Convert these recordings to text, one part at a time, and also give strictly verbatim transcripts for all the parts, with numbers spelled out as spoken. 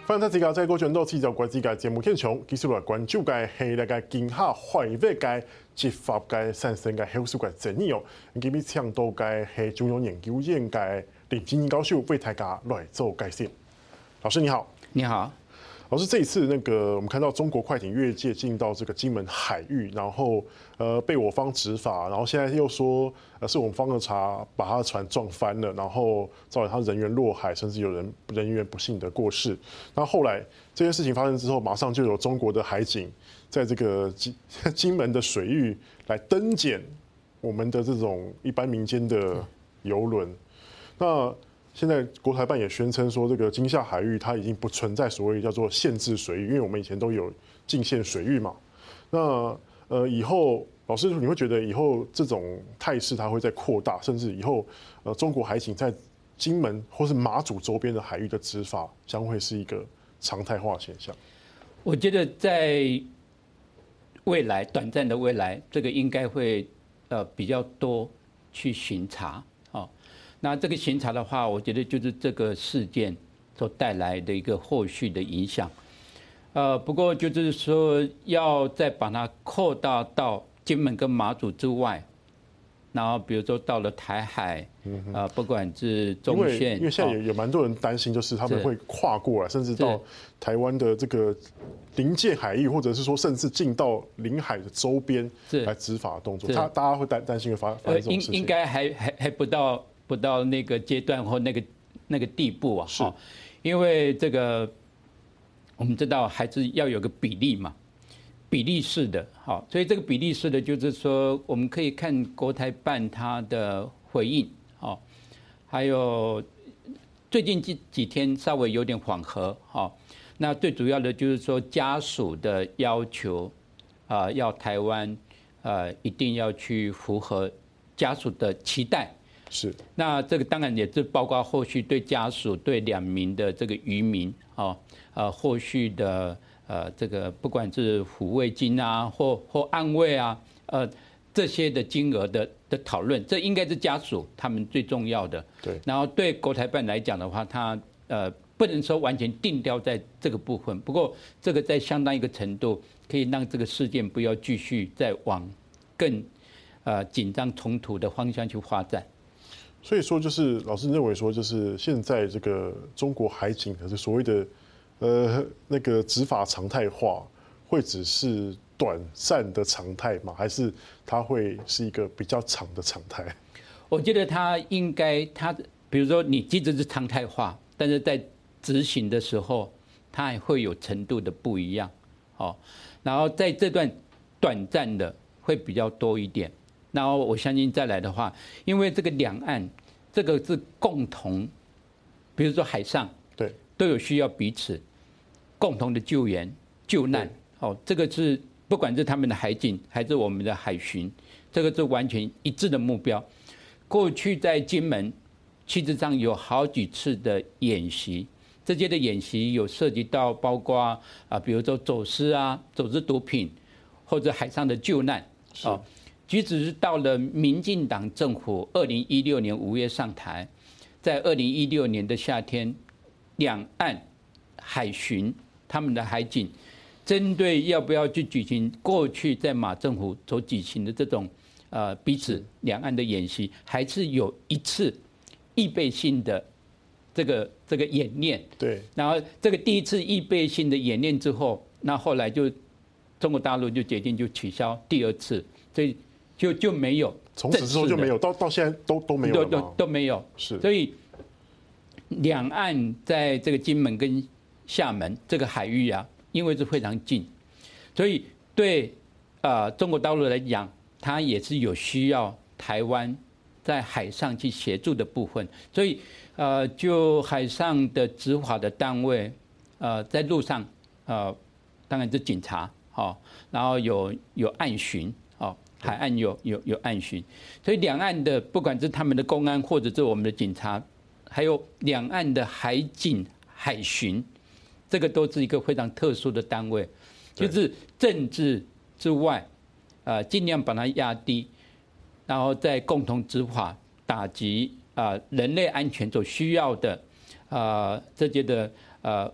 反正这个在过全岛持续关注嘅节目现场，继续来关注嘅系那个今夏海域嘅执法嘅产生嘅后续嘅争议哦。今日抢到嘅系中央研究院嘅林金英教授为大家来做解释。老师你好， 你好。 老师，这一次那个我们看到中国快艇越界进到这个金门海域，然后呃被我方执法，然后现在又说呃是我们方的查把他的船撞翻了，然后造成他人员落海，甚至有人人员不幸的过世。那后来这件事情发生之后，马上就有中国的海警在这个金金门的水域来登检我们的这种一般民间的游轮。那现在国台办也宣称说，这个金厦海域它已经不存在所谓叫做限制水域，因为我们以前都有禁限水域嘛。那呃以后，老师你会觉得以后这种态势它会再扩大，甚至以后呃中国海警在金门或是马祖周边的海域的执法将会是一个常态化现象？ 我觉得在未来短暂的未来，这个应该会呃比较多去巡查。那这个巡查的话，我觉得就是这个事件所带来的一个后续的影响。呃，不过就是说，要再把它扩大到金门跟马祖之外，然后比如说到了台海，呃，不管是中线， 因为现在有有蛮多人担心，就是他们会跨过来，甚至到台湾的这个临界海域，或者是说甚至进到领海的周边来执法的动作，他大家会担担心会发发生这种事情？ 应应该还还还不到。不到那个阶段或那个那个地步啊，哈，因为这个我们知道还是要有个比例嘛，比例式的，好，所以这个比例式的就是说，我们可以看国台办它的回应，好，还有最近几几天稍微有点缓和，好，那最主要的就是说家属的要求啊，要台湾呃一定要去符合家属的期待。 是， 那这个当然也是包括后续对家属、对两名的这个渔民啊，呃，后续的呃这个不管是抚慰金啊，或或安慰啊，呃这些的金额的的讨论，这应该是家属他们最重要的。 对。 然后对国台办来讲的话，它呃不能说完全定调在这个部分，不过这个在相当一个程度可以让这个事件不要继续再往更呃紧张冲突的方向去发展。 所以说，就是老师认为说，就是现在这个中国海警的所谓的呃那个执法常态化，会只是短暂的常态吗？还是它会是一个比较长的常态？ 我觉得它应该，它比如说你即使是常态化，但是在执行的时候，它还会有程度的不一样，哦。然后在这段短暂的会比较多一点。然后我相信再来的话，因为这个两岸这个是共同，比如说海上， 对， 都有需要彼此共同的救援救难，哦，这个是不管是他们的海警还是我们的海巡，这个是完全一致的目标。过去在金门，其实上有好几次的演习，这些的演习有涉及到包括啊，比如说走私啊、走私毒品或者海上的救难，哦。即使是到了民进党政府二零一六年五月上台，在二零一六年的夏天，两岸海巡他们的海警针对要不要去举行过去在马政府所举行的这种呃彼此两岸的演习，还是有一次预备性的这个这个演练。 对。 然后这个第一次预备性的演练之后，那后来就中国大陆就决定就取消第二次，所以。就就没有， 从此之后就没有，到到现在都都没有了吗？ 都都都没有。 是， 所以两岸在这个金门跟厦门这个海域啊，因为是非常近，所以对呃中国大陆来讲，它也是有需要台湾在海上去协助的部分。所以呃，就海上的执法的单位，呃，在路上呃，当然是警察，好，然后有有岸巡。海岸有有有岸巡，所以两岸的不管是他们的公安或者是我们的警察，还有两岸的海警海巡，这个都是一个非常特殊的单位，就是政治之外，呃，尽量把它压低，然后再共同执法打击啊人类安全所需要的啊这些的呃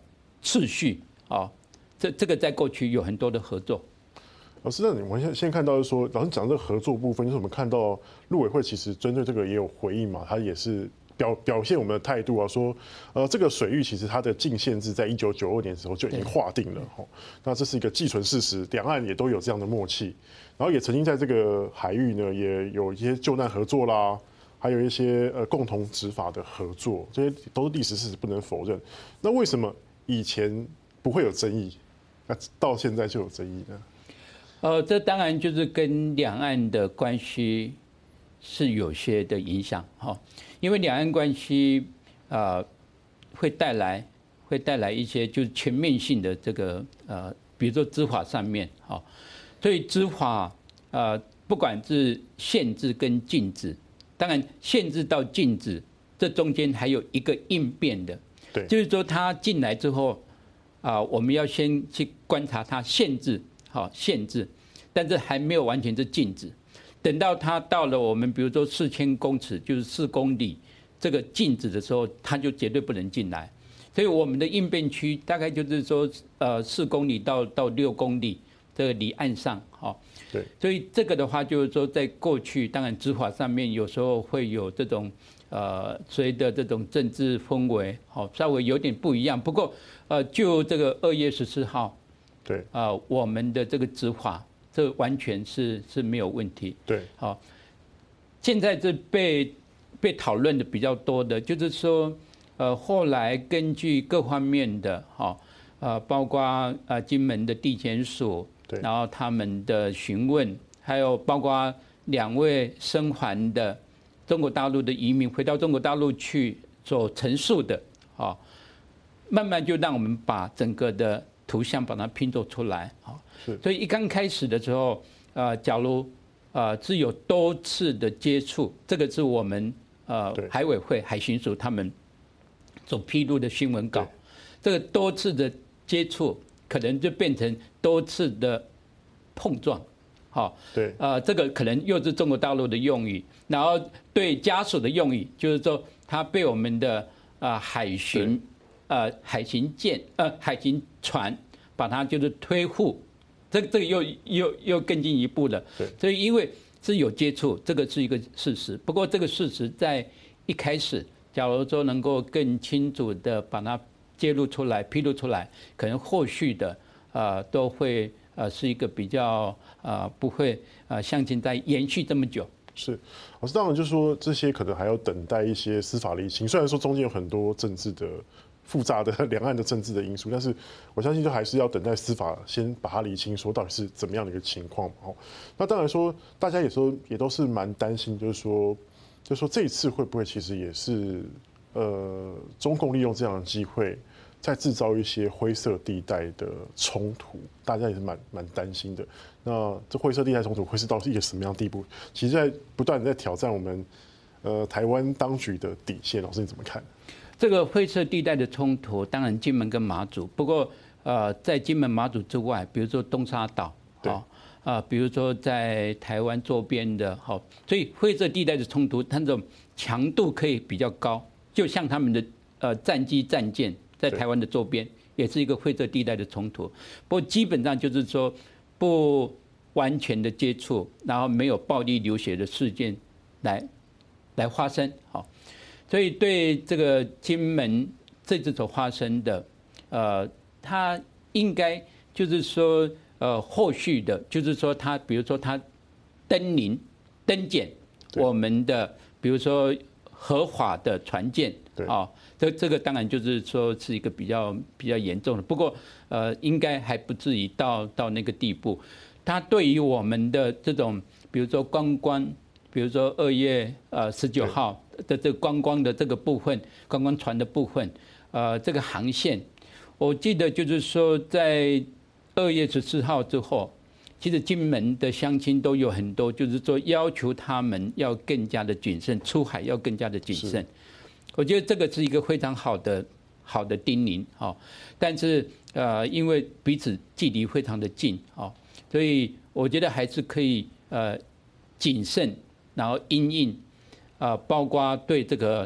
次序啊，这这个在过去有很多的合作。 老师，那我们现现在看到是说，老师讲这个合作部分，就是我们看到陆委会其实针对这个也有回应嘛，他也是表表现我们的态度啊，说呃这个水域其实它的禁限制在一九九二年的时候就已经划定了哈，那这是一个既存事实，两岸也都有这样的默契，然后也曾经在这个海域呢也有一些救难合作啦。还有一些呃共同执法的合作，这些都是历史事实，不能否认。那为什么以前不会有争议，那到现在就有争议呢？ 呃，这当然就是跟两岸的关系是有些的影响哈，因为两岸关系啊、呃、会带来会带来一些就是全面性的这个呃，比如说执法上面哈，所以执法呃不管是限制跟禁止。当然，限制到禁止，这中间还有一个应变的， 对， 就是说他进来之后，啊，我们要先去观察他限制，好限制，但是还没有完全是禁止。等到他到了我们比如说四千公尺，就是四公里这个禁止的时候，他就绝对不能进来。所以我们的应变区大概就是说，呃，四公里到到六公里。这个离岸上，哈， 对， 所以这个的话，就是说，在过去，当然执法上面有时候会有这种，呃，随着这种政治氛围，好，稍微有点不一样。不过，呃，就这个二月十四号， 对， 啊、呃，我们的这个执法，这完全是是没有问题。 对， 好，现在这被被讨论的比较多的，就是说，呃，后来根据各方面的，哈，呃，包括呃金门的地检署。然后他们的询问，还有包括两位生还的中国大陆的移民回到中国大陆去所陈述的，啊，慢慢就让我们把整个的图像把它拼凑出来，啊，所以一刚开始的时候，呃，假如呃是有多次的接触，这个是我们呃海委会海巡署他们所披露的新闻稿，这个多次的接触。可能就变成多次的碰撞，好， 对， 呃，这个可能又是中国大陆的用语，然后对家属的用语，就是说他被我们的呃海巡呃海巡舰呃海巡船把它就是推护，这个这个又又又更进一步了，所以因为是有接触，这个是一个事实。不过这个事实在一开始，假如说能够更清楚的把它揭露出来、披露出来，可能后续的呃都会呃是一个比较呃不会呃像现在延续这么久。 是，老师当然就是说这些可能还要等待一些司法厘清，虽然说中间有很多政治的复杂的两岸的政治的因素，但是我相信就还是要等待司法先把它厘清，说到底是怎么样的一个情况哦。那当然说大家有时候也都是蛮担心，就是说，就是说这一次会不会其实也是呃中共利用这样的机会。在制造一些灰色地带的冲突，大家也是蛮蛮担心的。那这灰色地带冲突会是到一个什么样的地步？其实，在不断的在挑战我们呃台湾当局的底线。老师你怎么看？ 这个灰色地带的冲突，当然金门跟马祖，不过呃，在金门马祖之外，比如说东沙岛，啊啊，比如说在台湾周边的，好，所以灰色地带的冲突，它这种强度可以比较高，就像他们的呃战机战舰。在台湾的周边也是一个灰色地带的冲突，不过基本上就是说不完全的接触，然后没有暴力流血的事件来来发生，好，所以对这个金门这次所发生的，呃，它应该就是说呃后续的，就是说它比如说它登临登检我们的比如说合法的船舰啊。这这个当然就是说是一个比较比较严重的，不过呃应该还不至于到到那个地步。它对于我们的这种，比如说观光，比如说二月呃十九号的这个观光的这个部分，观光船的部分，呃这个航线，我记得就是说在二月十四号之后，其实金门的乡亲都有很多，就是说要求他们要更加的谨慎，出海要更加的谨慎。我觉得这个是一个非常好的好的叮咛，哈，但是呃，因为彼此距离非常的近，哦，所以我觉得还是可以呃谨慎，然后因应，呃，包括对这个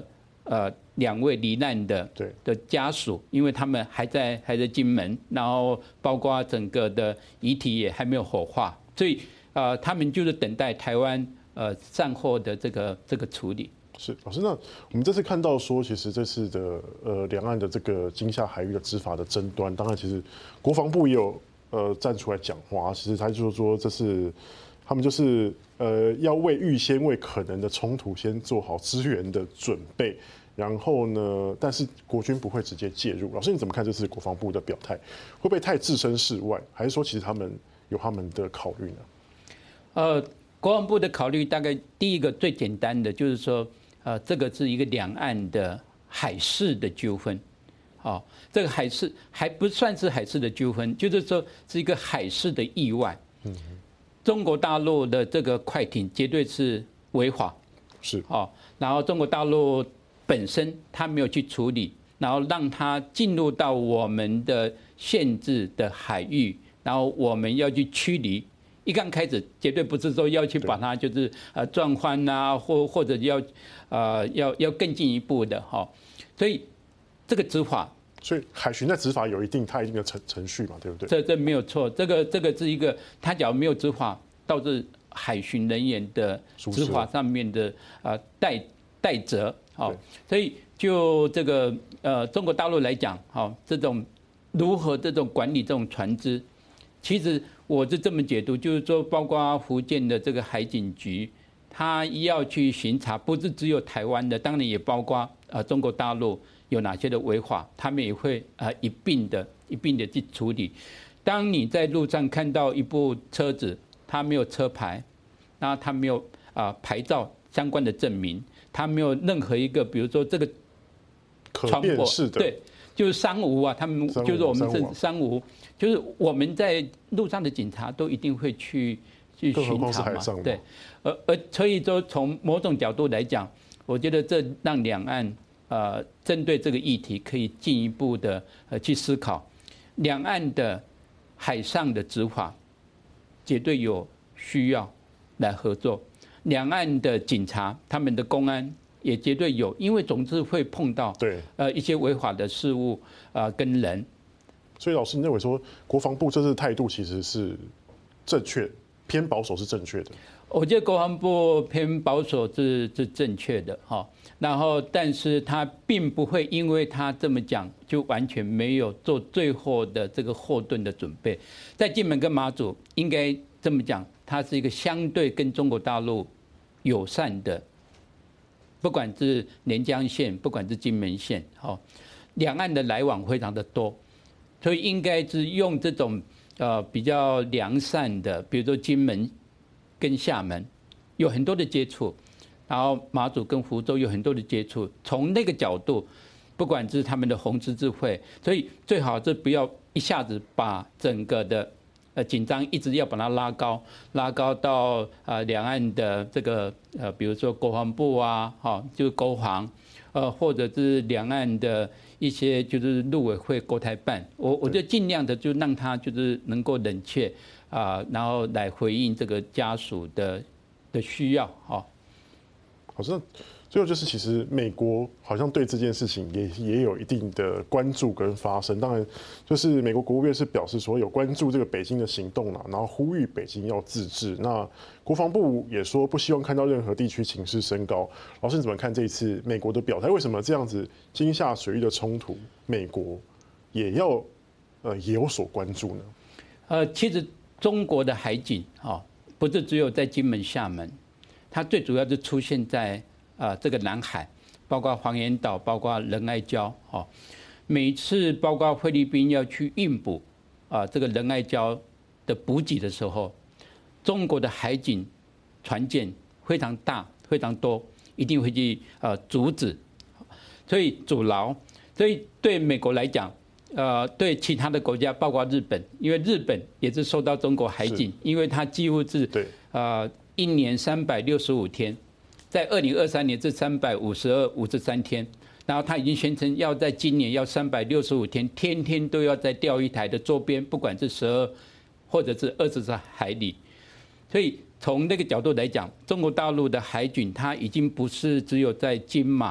呃两位罹难的的家属，因为他们还在还在金门，然后包括整个的遗体也还没有火化，所以呃他们就是等待台湾呃善后的这个这个处理。 是老师，那我们这次看到说，其实这次的呃两岸的这个金厦海域的执法的争端，当然其实国防部也有呃站出来讲话，其实他就是说这是他们就是呃要为预先为可能的冲突先做好支援的准备，然后呢，但是国军不会直接介入。老师你怎么看这次国防部的表态？会不会太置身事外，还是说其实他们有他们的考虑呢？ 呃，国防部的考虑大概第一个最简单的就是说。呃，这个是一个两岸的海事的纠纷，好，这个海事还不算是海事的纠纷，就是说是一个海事的意外。嗯，中国大陆的这个快艇绝对是违法， 是， 好，然后中国大陆本身他没有去处理，然后让它进入到我们的限制的海域，然后我们要去驱离。一刚开始绝对不是说要去把它就是呃撞翻啊，或或者要呃要要更进一步的哈，所以这个执法， 所以海巡的执法有一定它一定的程程序嘛，对不对？ 这这没有错，这个这个是一个，他假如没有执法，导致海巡人员的执法上面的呃怠怠责，好，所以就这个呃中国大陆来讲，好，这种如何这种管理这种船只，其实。我是这么解读，就是说，包括福建的这个海警局，他要去巡查，不是只有台湾的，当然也包括呃中国大陆有哪些的违法，他们也会呃一并的一并的去处理。当你在路上看到一部车子，它没有车牌，那它没有啊牌照相关的证明，它没有任何一个，比如说这个可辨识的， 对，就是商无啊，他们就是我们是商无。就是我们在路上的警察都一定会去去巡查嘛，对，而而所以说从某种角度来讲，我觉得这让两岸呃针对这个议题可以进一步的呃去思考，两岸的海上的执法绝对有需要来合作，两岸的警察他们的公安也绝对有，因为总是会碰到对呃一些违法的事物啊、呃、跟人。 所以老师，你认为说国防部这次态度其实是正确，偏保守是正确的？ 我觉得国防部偏保守是是正确的哈，然后但是他并不会因为他这么讲就完全没有做最后的这个后盾的准备。在金门跟马祖应该这么讲，它是一个相对跟中国大陆友善的，不管是连江县，不管是金门县，哈，两岸的来往非常的多。所以应该是用这种呃比较良善的，比如说金门跟厦门有很多的接触，然后马祖跟福州有很多的接触，从那个角度，不管是他们的红十字会，所以最好是不要一下子把整个的呃紧张一直要把它拉高，拉高到呃两岸的这个呃比如说国防部啊，哈，就是国防，呃或者是两岸的。一些就是陆委会、国台办，我我就尽量的就让他就是能够冷却啊、呃，然后来回应这个家属的的需要哈。 好，那最后就是其实美国好像对这件事情也也有一定的关注跟发声。当然，就是美国国务院是表示说有关注这个北京的行动啦，然后呼吁北京要自治。那国防部也说不希望看到任何地区情势升高。老师你怎么看这一次美国的表态？为什么这样子金厦水域的冲突，美国也要呃也有所关注呢？ 呃，其实中国的海警啊，不是只有在金门、厦门，它最主要是出现在啊这个南海，包括黄岩岛，包括仁爱礁，哦，每次包括菲律宾要去运补啊这个仁爱礁的补给的时候，中国的海警船舰非常大、非常多，一定会去呃阻止，所以阻挠。所以对美国来讲，呃，对其他的国家，包括日本，因为日本也是受到中国海警，因为它几乎是呃一年三百六十五天。在二零二三年是三百五十二、五十三天，然后他已经宣称要在今年要三百六十五天，天天都要在钓鱼台的周边，不管是十二或者是二十海里。所以从那个角度来讲，中国大陆的海警它已经不是只有在金马，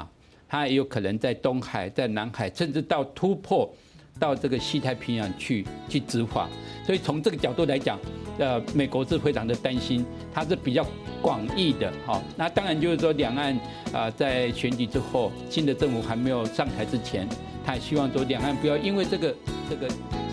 它也有可能在东海、在南海，甚至到突破到这个西太平洋去去执法。所以从这个角度来讲，呃，美国是非常的担心，它是比较广义的。好，那当然就是说，两岸啊、呃，在选举之后，新的政府还没有上台之前，他也希望说两岸不要因为这个这个。